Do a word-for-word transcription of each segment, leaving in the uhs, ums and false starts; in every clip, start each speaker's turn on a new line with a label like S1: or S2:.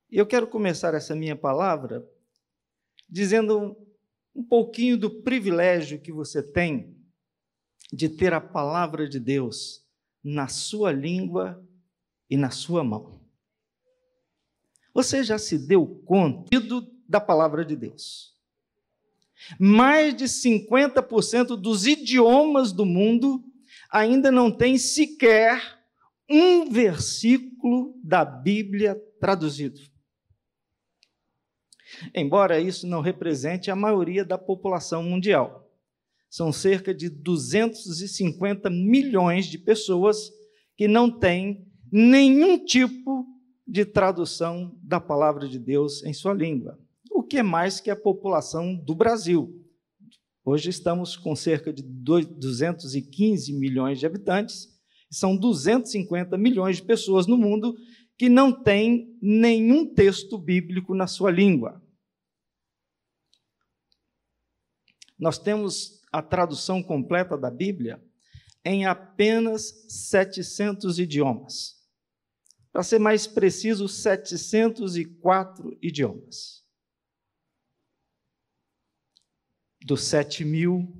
S1: E eu quero começar essa minha palavra dizendo um pouquinho do privilégio que você tem de ter a palavra de Deus na sua língua e na sua mão. Você já se deu conta da palavra de Deus? Mais de cinquenta por cento dos idiomas do mundo ainda não tem sequer um versículo da Bíblia traduzido. Embora isso não represente a maioria da população mundial. São cerca de duzentos e cinquenta milhões de pessoas que não têm nenhum tipo de tradução da palavra de Deus em sua língua. O que é mais que a população do Brasil. Hoje estamos com cerca de duzentos e quinze milhões de habitantes, e são duzentos e cinquenta milhões de pessoas no mundo que não têm nenhum texto bíblico na sua língua. Nós temos a tradução completa da Bíblia em apenas setecentos idiomas. Para ser mais preciso, setecentos e quatro idiomas. Dos sete mil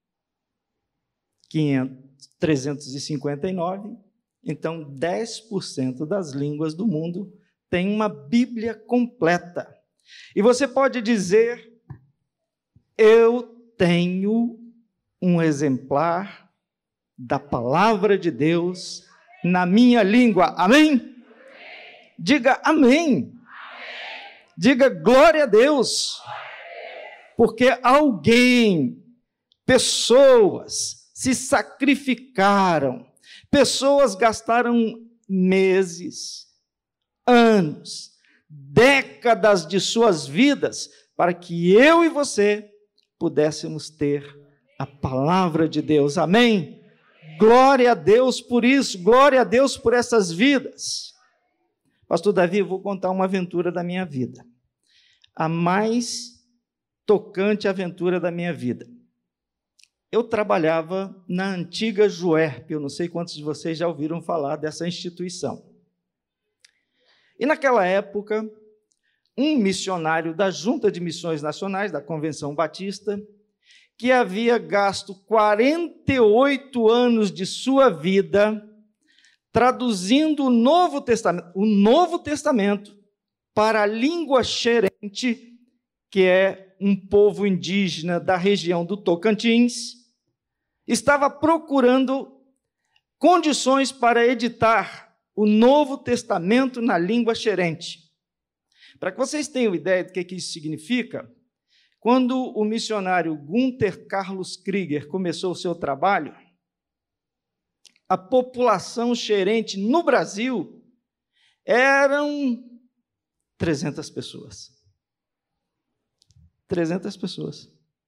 S1: trezentos e cinquenta e nove, então dez por cento das línguas do mundo tem uma Bíblia completa. E você pode dizer, eu tenho um exemplar da palavra de Deus na minha língua. Amém? Amém. Diga amém. Amém. Diga glória a Deus. Glória a Deus. Porque alguém, pessoas se sacrificaram, pessoas gastaram meses, anos, décadas de suas vidas para que eu e você pudéssemos ter a palavra de Deus. Amém? Glória a Deus por isso, glória a Deus por essas vidas. Pastor Davi, eu vou contar uma aventura da minha vida. A mais tocante aventura da minha vida. Eu trabalhava na antiga Juerp, eu não sei quantos de vocês já ouviram falar dessa instituição. E naquela época, um missionário da Junta de Missões Nacionais, da Convenção Batista, que havia gasto quarenta e oito anos de sua vida traduzindo o Novo Testamento, o Novo Testamento para a língua xerente, que é um povo indígena da região do Tocantins, estava procurando condições para editar o Novo Testamento na língua xerente. Para que vocês tenham ideia do que isso significa, quando o missionário Gunther Carlos Krieger começou o seu trabalho, a população xerente no Brasil eram trezentas pessoas. trezentas pessoas.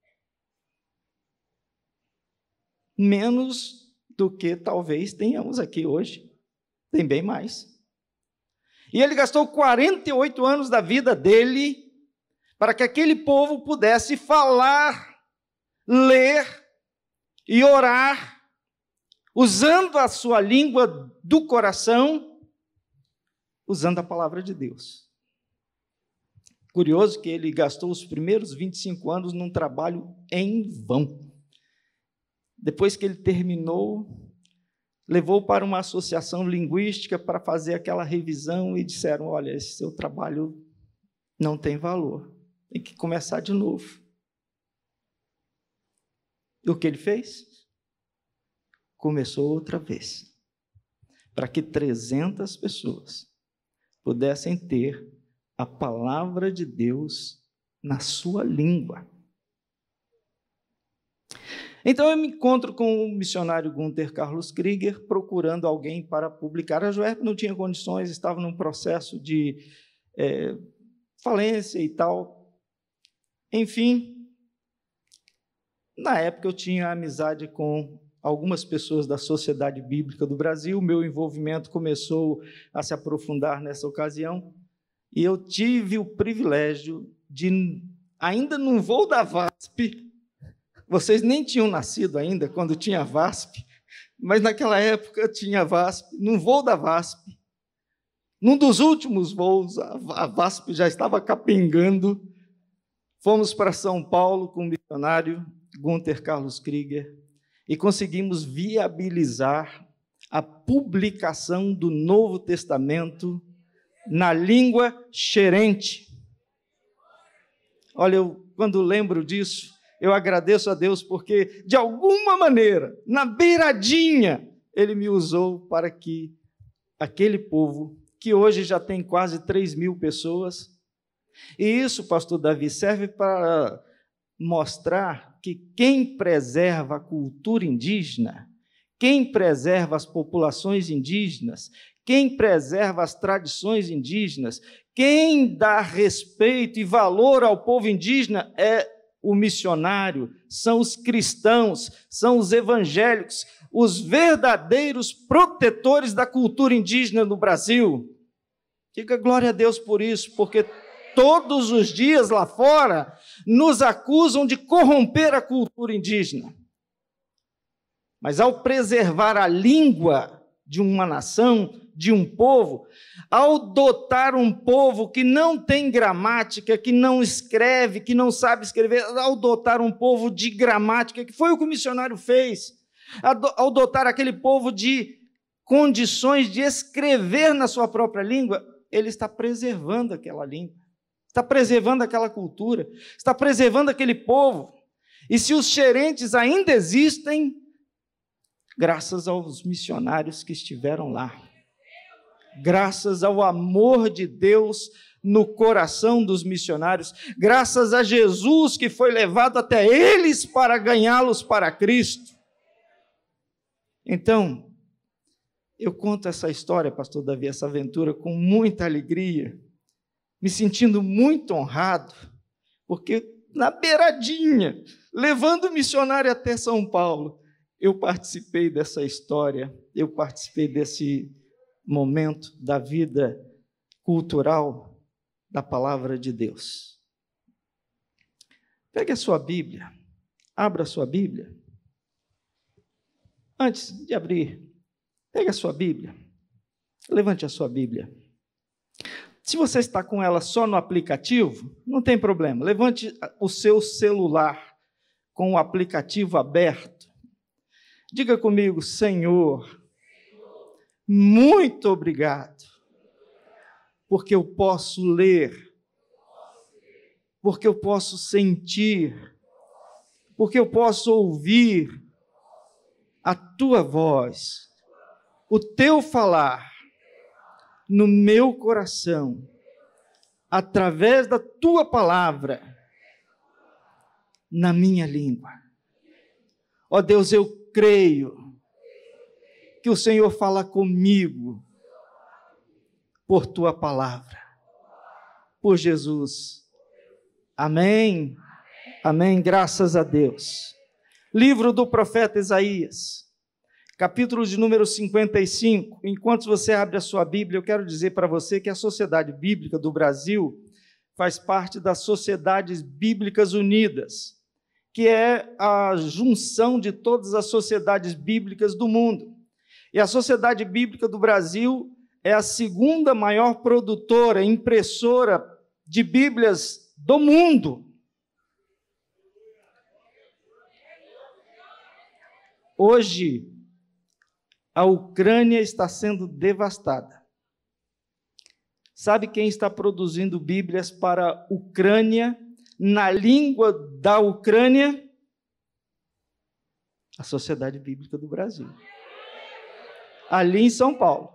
S1: Menos do que talvez tenhamos aqui hoje. Tem bem mais. E ele gastou quarenta e oito anos da vida dele para que aquele povo pudesse falar, ler e orar, usando a sua língua do coração, usando a palavra de Deus. Curioso que ele gastou os primeiros vinte e cinco anos num trabalho em vão. Depois que ele terminou, levou para uma associação linguística para fazer aquela revisão e disseram, olha, esse seu trabalho não tem valor, tem que começar de novo. E o que ele fez? Começou outra vez, para que trezentas pessoas pudessem ter a palavra de Deus na sua língua. Então, eu me encontro com o missionário Gunther Carlos Krieger, procurando alguém para publicar. A Juerp não tinha condições, estava num processo de é, falência e tal. Enfim, na época eu tinha amizade com algumas pessoas da Sociedade Bíblica do Brasil, meu envolvimento começou a se aprofundar nessa ocasião, e eu tive o privilégio de, ainda num voo da VASP, vocês nem tinham nascido ainda quando tinha VASP, mas naquela época tinha VASP, num voo da VASP, Num dos últimos voos, a VASP já estava capengando, fomos para São Paulo com o missionário Gunther Carlos Krieger e conseguimos viabilizar a publicação do Novo Testamento na língua xerente. Olha, eu, quando lembro disso, eu agradeço a Deus porque, de alguma maneira, na beiradinha, Ele me usou para que aquele povo, que hoje já tem quase três mil pessoas, e isso, pastor Davi, serve para mostrar que quem preserva a cultura indígena, quem preserva as populações indígenas, quem preserva as tradições indígenas, quem dá respeito e valor ao povo indígena é o missionário, são os cristãos, são os evangélicos, os verdadeiros protetores da cultura indígena no Brasil. Diga glória a Deus por isso, porque todos os dias lá fora nos acusam de corromper a cultura indígena. Mas ao preservar a língua de uma nação, de um povo, ao dotar um povo que não tem gramática, que não escreve, que não sabe escrever, ao dotar um povo de gramática, que foi o que o missionário fez, ao dotar aquele povo de condições de escrever na sua própria língua, ele está preservando aquela língua, está preservando aquela cultura, está preservando aquele povo. E se os xerentes ainda existem, graças aos missionários que estiveram lá, graças ao amor de Deus no coração dos missionários, graças a Jesus que foi levado até eles para ganhá-los para Cristo. Então, eu conto essa história, pastor Davi, essa aventura, com muita alegria, me sentindo muito honrado, porque na beiradinha, levando o missionário até São Paulo, eu participei dessa história, eu participei desse momento da vida cultural da palavra de Deus. Pegue a sua Bíblia, abra a sua Bíblia. Antes de abrir, pegue a sua Bíblia, levante a sua Bíblia. Se você está com ela só no aplicativo, não tem problema, levante o seu celular com o aplicativo aberto. Diga comigo, Senhor, muito obrigado, porque eu posso ler, porque eu posso sentir, porque eu posso ouvir a tua voz, o teu falar no meu coração, através da tua palavra, na minha língua. Ó Deus, eu creio que o Senhor fala comigo por tua palavra, por Jesus. Amém? Amém, graças a Deus. Livro do profeta Isaías, capítulo de número cinquenta e cinco. Enquanto você abre a sua Bíblia, eu quero dizer para você que a Sociedade Bíblica do Brasil faz parte das Sociedades Bíblicas Unidas, que é a junção de todas as sociedades bíblicas do mundo. E a Sociedade Bíblica do Brasil é a segunda maior produtora, impressora de Bíblias do mundo. Hoje, a Ucrânia está sendo devastada. Sabe quem está produzindo Bíblias para a Ucrânia, na língua da Ucrânia? A Sociedade Bíblica do Brasil. Ali em São Paulo.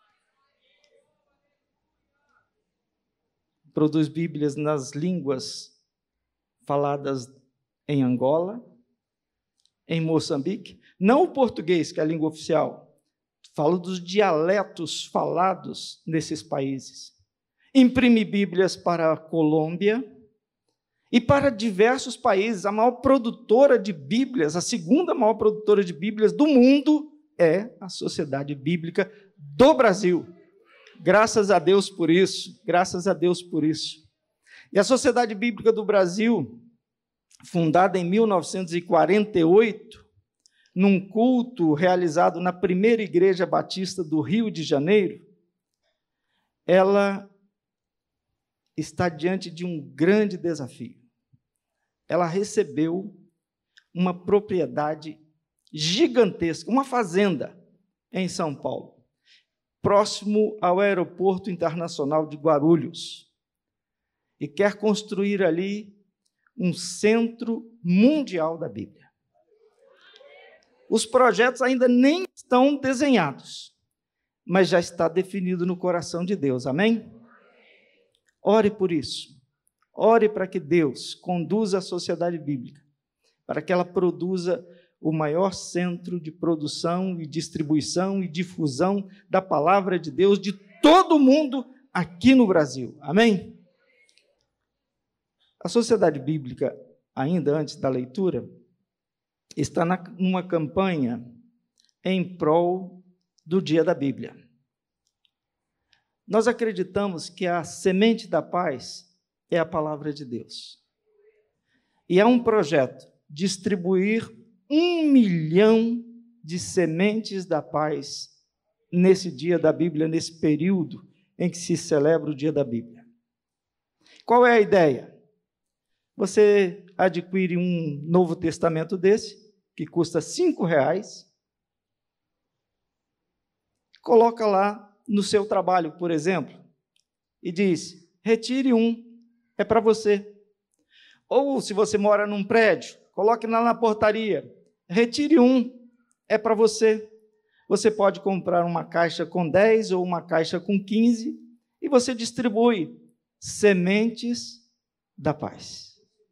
S1: Produz Bíblias nas línguas faladas em Angola, em Moçambique, não o português, que é a língua oficial, falo dos dialetos falados nesses países. Imprime Bíblias para a Colômbia e para diversos países. A maior produtora de Bíblias, a segunda maior produtora de Bíblias do mundo é a Sociedade Bíblica do Brasil. Graças a Deus por isso, graças a Deus por isso. E a Sociedade Bíblica do Brasil, fundada em mil novecentos e quarenta e oito, num culto realizado na primeira Igreja Batista do Rio de Janeiro, ela está diante de um grande desafio. Ela recebeu uma propriedade gigantesca, uma fazenda em São Paulo, próximo ao Aeroporto Internacional de Guarulhos, e quer construir ali um centro mundial da Bíblia. Os projetos ainda nem estão desenhados, mas já está definido no coração de Deus, amém? Ore por isso. Ore para que Deus conduza a sociedade bíblica, para que ela produza o maior centro de produção e distribuição e difusão da palavra de Deus de todo o mundo aqui no Brasil. Amém? A sociedade bíblica, ainda antes da leitura, está na, numa campanha em prol do Dia da Bíblia. Nós acreditamos que a semente da paz é a palavra de Deus. E é um projeto distribuir um milhão de sementes da paz nesse dia da Bíblia, nesse período em que se celebra o dia da Bíblia. Qual é a ideia? Você adquire um Novo Testamento desse, que custa cinco reais, coloca lá no seu trabalho, por exemplo, e diz, retire um, é para você. Ou, se você mora num prédio, coloque lá na portaria, retire um, é para você. Você pode comprar uma caixa com dez ou uma caixa com quinze, e você distribui sementes da paz.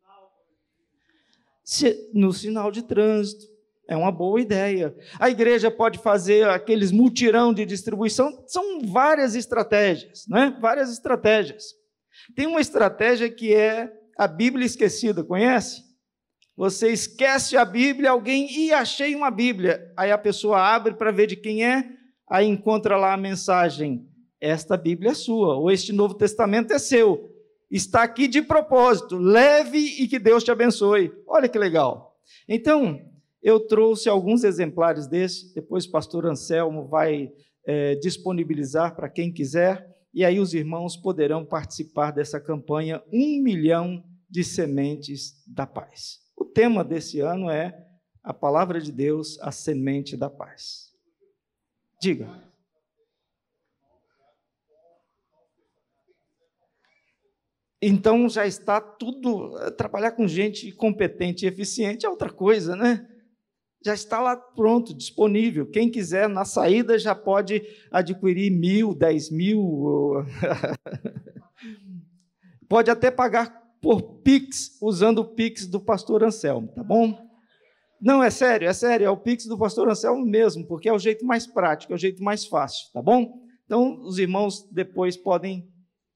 S1: Se, no sinal de trânsito, é uma boa ideia. A igreja pode fazer aqueles mutirão de distribuição, são várias estratégias, né? Várias estratégias. Tem uma estratégia que é a Bíblia esquecida, conhece? Você esquece a Bíblia, alguém, e achei uma Bíblia. Aí a pessoa abre para ver de quem é, aí encontra lá a mensagem, esta Bíblia é sua, ou este Novo Testamento é seu. Está aqui de propósito, leve e que Deus te abençoe. Olha que legal. Então, eu trouxe alguns exemplares desse, depois o pastor Anselmo vai é, disponibilizar para quem quiser, e aí os irmãos poderão participar dessa campanha, um milhão de sementes da paz. O tema desse ano é a palavra de Deus, a semente da paz. Diga. Então, já está tudo, trabalhar com gente competente e eficiente é outra coisa, né? Já está lá pronto, disponível. Quem quiser, na saída, já pode adquirir mil, dez mil. Pode até pagar por Pix, usando o Pix do pastor Anselmo, tá bom? Não, é sério, é sério, é o Pix do pastor Anselmo mesmo, porque é o jeito mais prático, é o jeito mais fácil, tá bom? Então, os irmãos depois podem...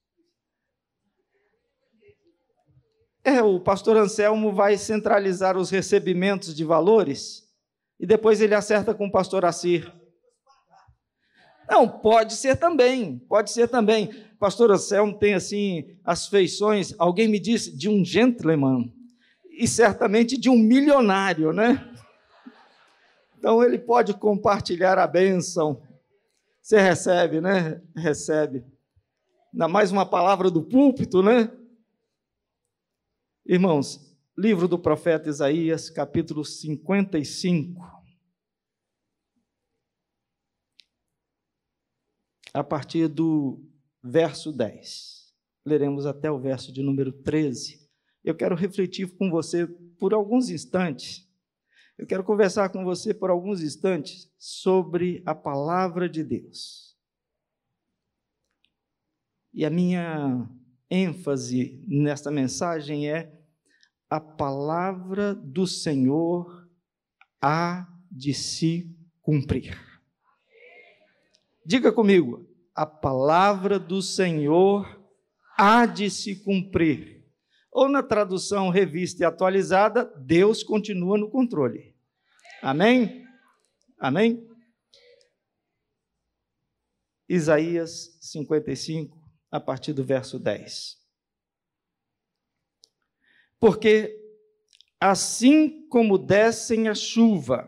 S1: É, o pastor Anselmo vai centralizar os recebimentos de valores e depois ele acerta com o pastor Assir. Não, pode ser também, pode ser também. O pastor Anselmo tem, assim, as feições, alguém me disse, de um gentleman e certamente de um milionário, né? Então, ele pode compartilhar a bênção. Você recebe, né? Recebe. Ainda mais uma palavra do púlpito, né? Irmãos, livro do profeta Isaías, capítulo cinquenta e cinco. A partir do verso dez. Leremos até o verso de número treze. Eu quero refletir com você por alguns instantes. Eu quero conversar com você por alguns instantes sobre a palavra de Deus. E a minha ênfase nesta mensagem é a palavra do Senhor há de se cumprir. Diga comigo, a palavra do Senhor há de se cumprir. Ou na tradução revista e atualizada, Deus continua no controle. Amém? Amém? Isaías cinquenta e cinco, a partir do verso dez. Porque assim como descem a chuva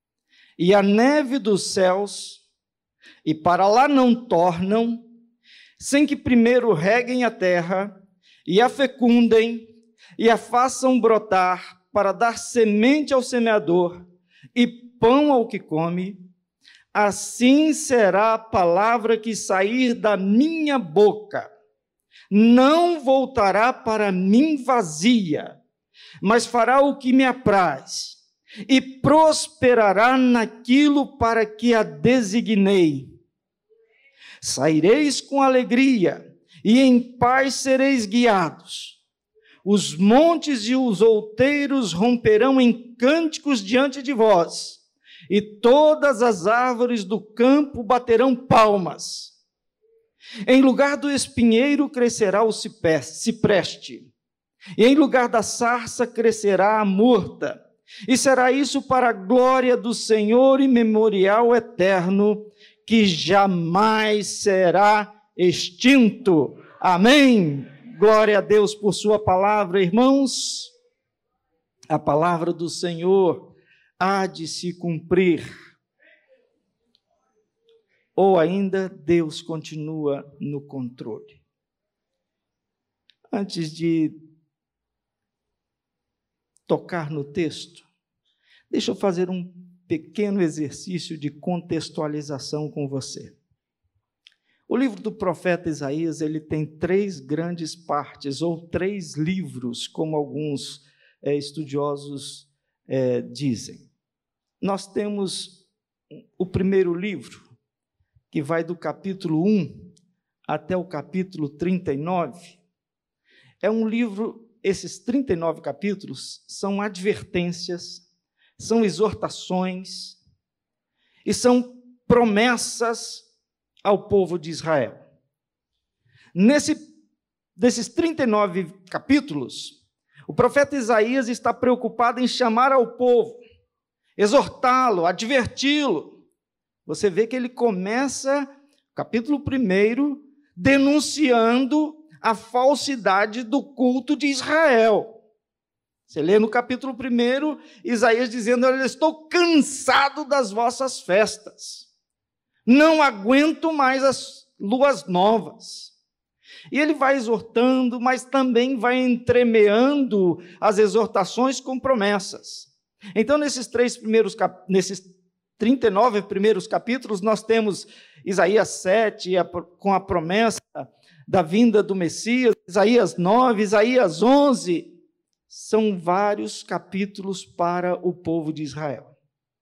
S1: e a neve dos céus, e para lá não tornam, sem que primeiro reguem a terra e a fecundem e a façam brotar para dar semente ao semeador e pão ao que come, assim será a palavra que sair da minha boca. Não voltará para mim vazia, mas fará o que me apraz, e prosperará naquilo para que a designei. Saireis com alegria, e em paz sereis guiados. Os montes e os outeiros romperão em cânticos diante de vós, e todas as árvores do campo baterão palmas. Em lugar do espinheiro crescerá o cipreste, e em lugar da sarça crescerá a murta, e será isso para a glória do Senhor e memorial eterno, que jamais será extinto. Amém. Glória a Deus por sua palavra, irmãos. A palavra do Senhor há de se cumprir. Ou ainda Deus continua no controle. Antes de tocar no texto, deixa eu fazer um pequeno exercício de contextualização com você. O livro do profeta Isaías, ele tem três grandes partes, ou três livros, como alguns é, estudiosos é, dizem. Nós temos o primeiro livro, que vai do capítulo um até o capítulo trinta e nove. É um livro, esses trinta e nove capítulos são advertências, são exortações e são promessas ao povo de Israel. Nesse, desses trinta e nove capítulos, o profeta Isaías está preocupado em chamar ao povo, exortá-lo, adverti-lo. Você vê que ele começa, capítulo primeiro, denunciando a falsidade do culto de Israel. Você lê no capítulo primeiro, Isaías dizendo: eu estou cansado das vossas festas, não aguento mais as luas novas. E ele vai exortando, mas também vai entremeando as exortações com promessas. Então, nesses três primeiros, nesses trinta e nove primeiros capítulos, nós temos Isaías sete, com a promessa da vinda do Messias, Isaías nove, Isaías onze, são vários capítulos para o povo de Israel.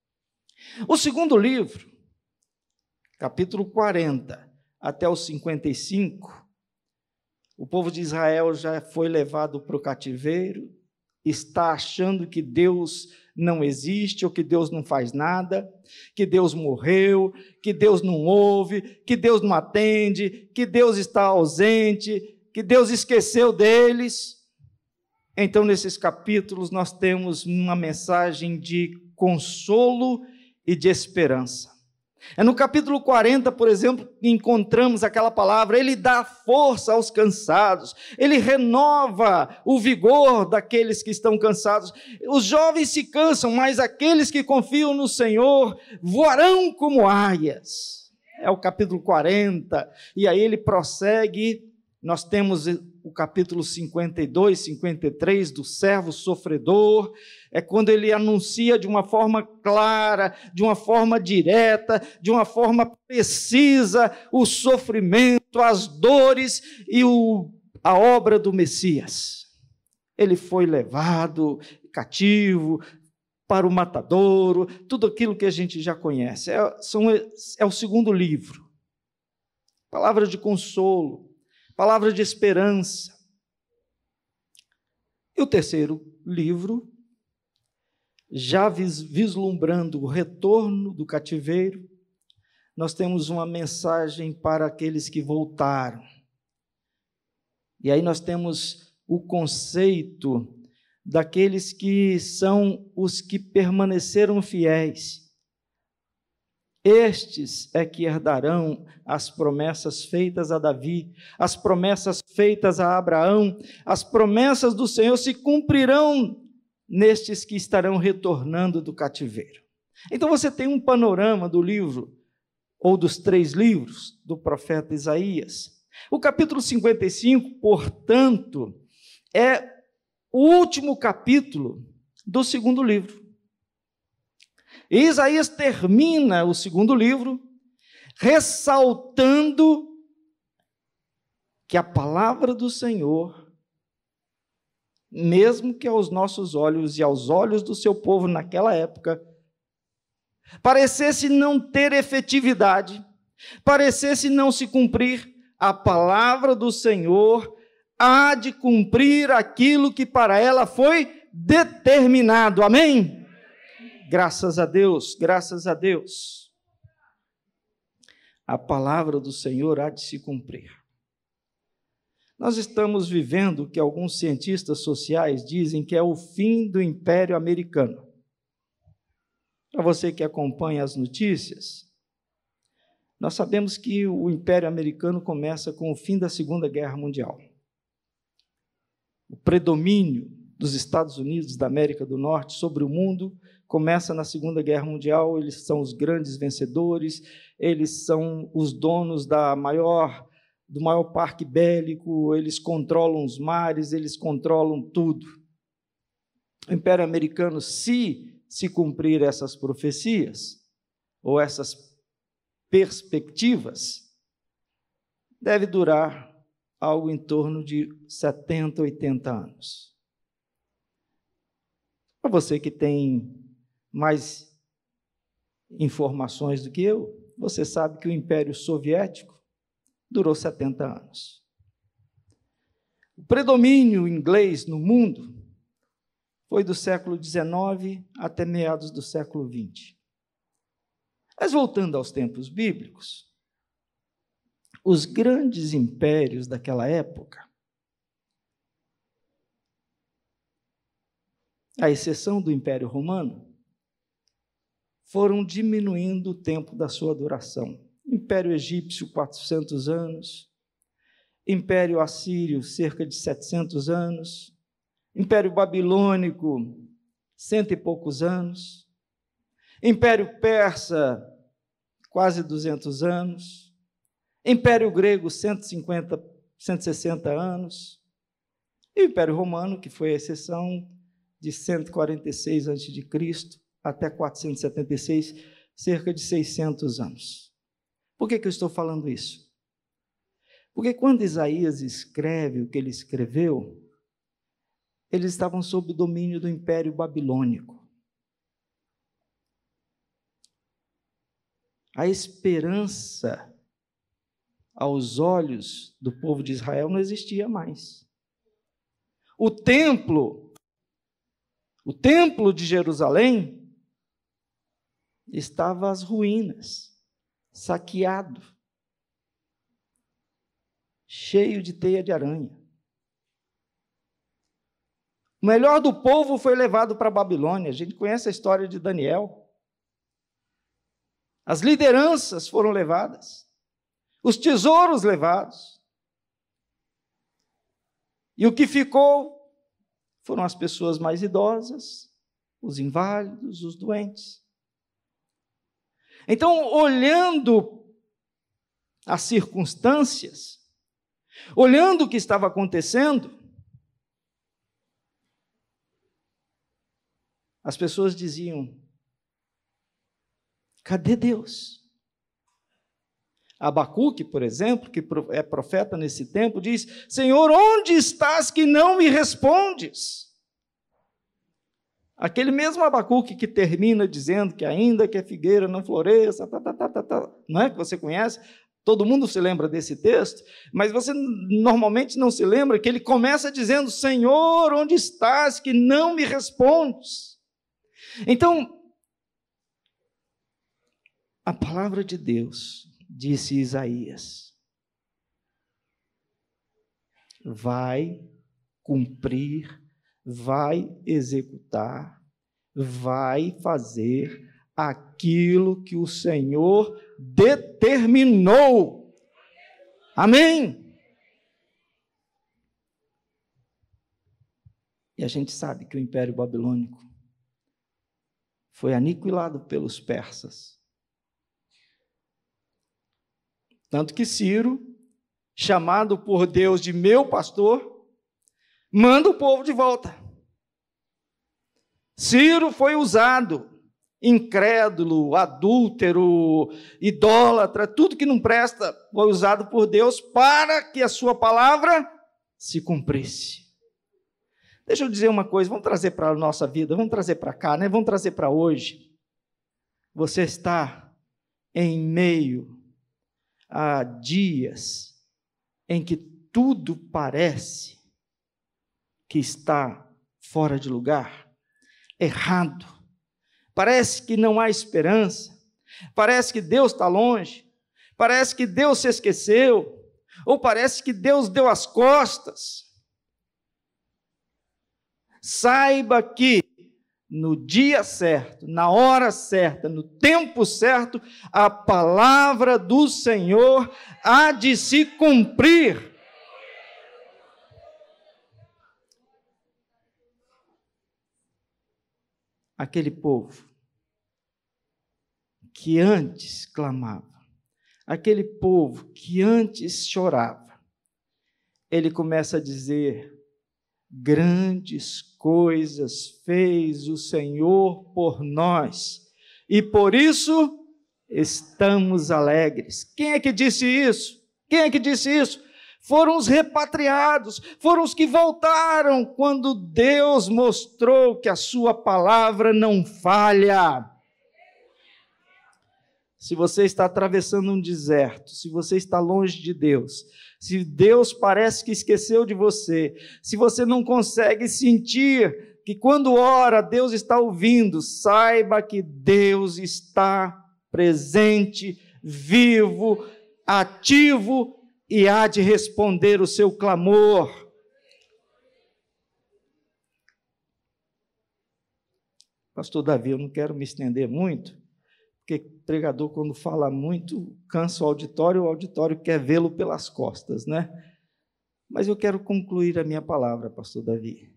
S1: O segundo livro, capítulo quarenta até o cinquenta e cinco, o povo de Israel já foi levado para o cativeiro, está achando que Deus não existe, ou que Deus não faz nada, que Deus morreu, que Deus não ouve, que Deus não atende, que Deus está ausente, que Deus esqueceu deles. Então, nesses capítulos, nós temos uma mensagem de consolo e de esperança. É no capítulo quarenta, por exemplo, que encontramos aquela palavra: ele dá força aos cansados, ele renova o vigor daqueles que estão cansados. Os jovens se cansam, mas aqueles que confiam no Senhor voarão como águias. É o capítulo quarenta, e aí ele prossegue. Nós temos o capítulo cinquenta e dois, cinquenta e três, do servo sofredor. É quando ele anuncia de uma forma clara, de uma forma direta, de uma forma precisa, o sofrimento, as dores e o, a obra do Messias. Ele foi levado cativo para o matadouro, tudo aquilo que a gente já conhece. É, são, é o segundo livro. Palavra de consolo, palavra de esperança. E o terceiro livro, já vislumbrando o retorno do cativeiro, nós temos uma mensagem para aqueles que voltaram. E aí nós temos o conceito daqueles que são os que permaneceram fiéis. Estes é que herdarão as promessas feitas a Davi, as promessas feitas a Abraão, as promessas do Senhor se cumprirão nestes que estarão retornando do cativeiro. Então você tem um panorama do livro, ou dos três livros do profeta Isaías, O capítulo cinquenta e cinco, portanto, é o último capítulo do segundo livro. E Isaías termina o segundo livro ressaltando que a palavra do Senhor, mesmo que aos nossos olhos e aos olhos do seu povo naquela época, parecesse não ter efetividade, parecesse não se cumprir, a palavra do Senhor há de cumprir aquilo que para ela foi determinado. Amém? Graças a Deus, graças a Deus. A palavra do Senhor há de se cumprir. Nós estamos vivendo o que alguns cientistas sociais dizem que é o fim do Império Americano. Para você que acompanha as notícias, nós sabemos que o Império Americano começa com o fim da Segunda Guerra Mundial. O predomínio dos Estados Unidos da América do Norte sobre o mundo começa na Segunda Guerra Mundial. Eles são os grandes vencedores, eles são os donos da maior, do maior parque bélico, eles controlam os mares, eles controlam tudo. O Império Americano, se se cumprir essas profecias, ou essas perspectivas, deve durar algo em torno de setenta, oitenta anos. Para você que tem mais informações do que eu, você sabe que o Império Soviético durou setenta anos. O predomínio inglês no mundo foi do século dezenove até meados do século vinte. Mas voltando aos tempos bíblicos, os grandes impérios daquela época, à exceção do Império Romano, foram diminuindo o tempo da sua duração. Império Egípcio, quatrocentos anos, Império Assírio, cerca de setecentos anos, Império Babilônico, cento e poucos anos, Império Persa, quase duzentos anos, Império Grego, cento e cinquenta, cento e sessenta anos, e o Império Romano, que foi a exceção, de cento e quarenta e seis antes de Cristo até quatrocentos e setenta e seis, cerca de seiscentos anos. Por que que eu estou falando isso? Porque quando Isaías escreve o que ele escreveu, eles estavam sob o domínio do Império Babilônico. A esperança aos olhos do povo de Israel não existia mais. O templo, o templo de Jerusalém estava às ruínas, saqueado, cheio de teia de aranha. O melhor do povo foi levado para a Babilônia. A gente conhece a história de Daniel. As lideranças foram levadas, os tesouros levados. E o que ficou foram as pessoas mais idosas, os inválidos, os doentes. Então, olhando as circunstâncias, olhando o que estava acontecendo, as pessoas diziam: cadê Deus? Abacuque, por exemplo, que é profeta nesse tempo, diz: Senhor, onde estás que não me respondes? Aquele mesmo Abacuque que termina dizendo que ainda que a figueira não floresça, tá, tá, tá, tá, tá, não é que você conhece? Todo mundo se lembra desse texto, mas você normalmente não se lembra que ele começa dizendo: Senhor, onde estás que não me respondes? Então, a palavra de Deus, disse Isaías, vai cumprir, vai executar, vai fazer aquilo que o Senhor determinou. Amém? E a gente sabe que o Império Babilônico foi aniquilado pelos persas. Tanto que Ciro chamado por Deus de meu pastor, manda o povo de volta. Ciro foi usado, incrédulo, adúltero, idólatra, tudo que não presta, foi usado por Deus para que a sua palavra se cumprisse. Deixa eu dizer uma coisa, vamos trazer para a nossa vida, vamos trazer para cá, né? Vamos trazer para hoje. Você está em meio a dias em que tudo parece que está fora de lugar, errado. Parece que não há esperança, parece que Deus está longe, parece que Deus se esqueceu, ou parece que Deus deu as costas. Saiba que no dia certo, na hora certa, no tempo certo, a palavra do Senhor há de se cumprir. Aquele povo que antes clamava, aquele povo que antes chorava, ele começa a dizer: grandes coisas fez o Senhor por nós, e por isso estamos alegres. Quem é que disse isso? Quem é que disse isso? Foram os repatriados, foram os que voltaram quando Deus mostrou que a sua palavra não falha. Se você está atravessando um deserto, se você está longe de Deus, se Deus parece que esqueceu de você, se você não consegue sentir que quando ora Deus está ouvindo, saiba que Deus está presente, vivo, ativo e há de responder o seu clamor. Pastor Davi, eu não quero me estender muito, porque pregador, quando fala muito, cansa o auditório, o auditório quer vê-lo pelas costas, né? Mas eu quero concluir a minha palavra, pastor Davi.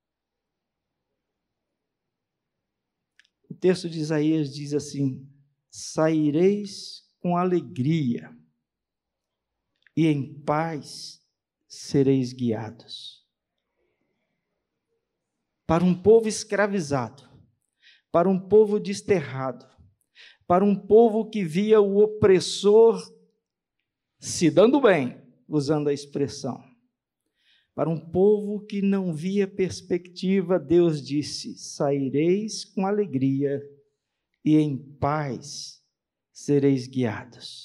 S1: O texto de Isaías diz assim: saireis com alegria, e em paz sereis guiados. Para um povo escravizado, para um povo desterrado, para um povo que via o opressor se dando bem, usando a expressão. Para um povo que não via perspectiva, Deus disse: saireis com alegria e em paz sereis guiados.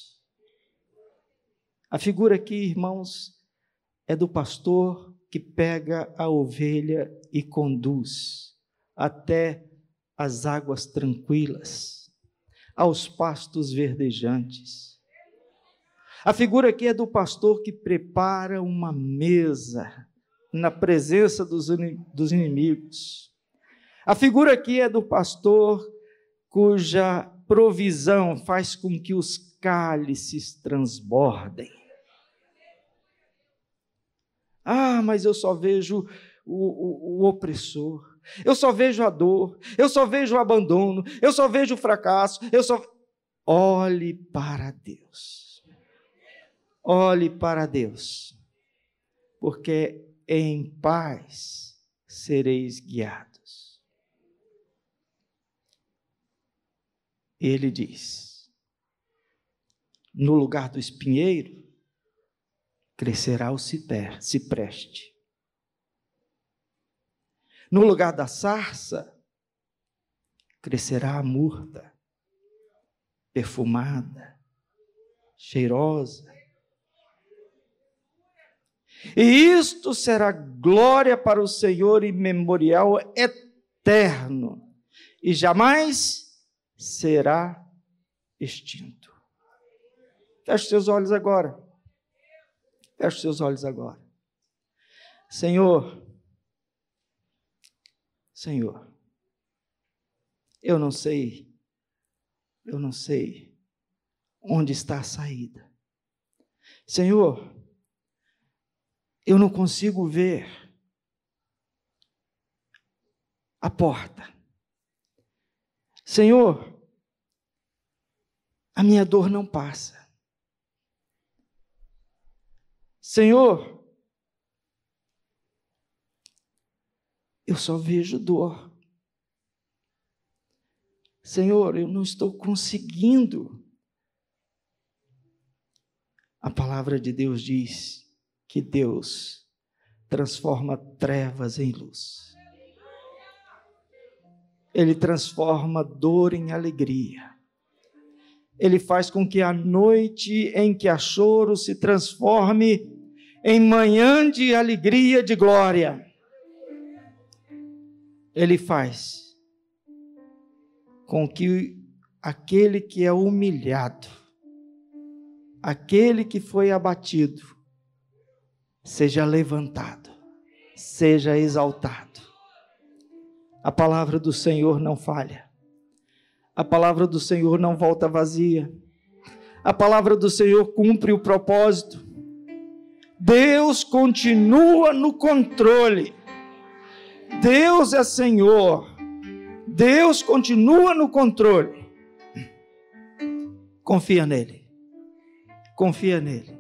S1: A figura aqui, irmãos, é do pastor que pega a ovelha e conduz até as águas tranquilas, aos pastos verdejantes. A figura aqui é do pastor que prepara uma mesa na presença dos, dos inimigos. A figura aqui é do pastor cuja provisão faz com que os cálices transbordem. Ah, mas eu só vejo o, o, o opressor, eu só vejo a dor, eu só vejo o abandono, eu só vejo o fracasso, eu só... Olhe para Deus. Olhe para Deus, porque em paz sereis guiados. Ele diz: no lugar do espinheiro crescerá o cipreste. No lugar da sarça crescerá a murta, perfumada, cheirosa. E isto será glória para o Senhor e memorial eterno, e jamais será extinto. Feche seus olhos agora. Feche seus olhos agora. Senhor, Senhor, eu não sei, eu não sei onde está a saída. Senhor, eu não consigo ver a porta. Senhor, a minha dor não passa. Senhor, eu só vejo dor. Senhor, eu não estou conseguindo. A palavra de Deus diz que Deus transforma trevas em luz. Ele transforma dor em alegria. Ele faz com que a noite em que há choro se transforme em manhã de alegria, de glória. Ele faz com que aquele que é humilhado, aquele que foi abatido, seja levantado, seja exaltado. A palavra do Senhor não falha. A palavra do Senhor não volta vazia. A palavra do Senhor cumpre o propósito. Deus continua no controle. Deus é Senhor. Deus continua no controle. Confia nele. Confia nele.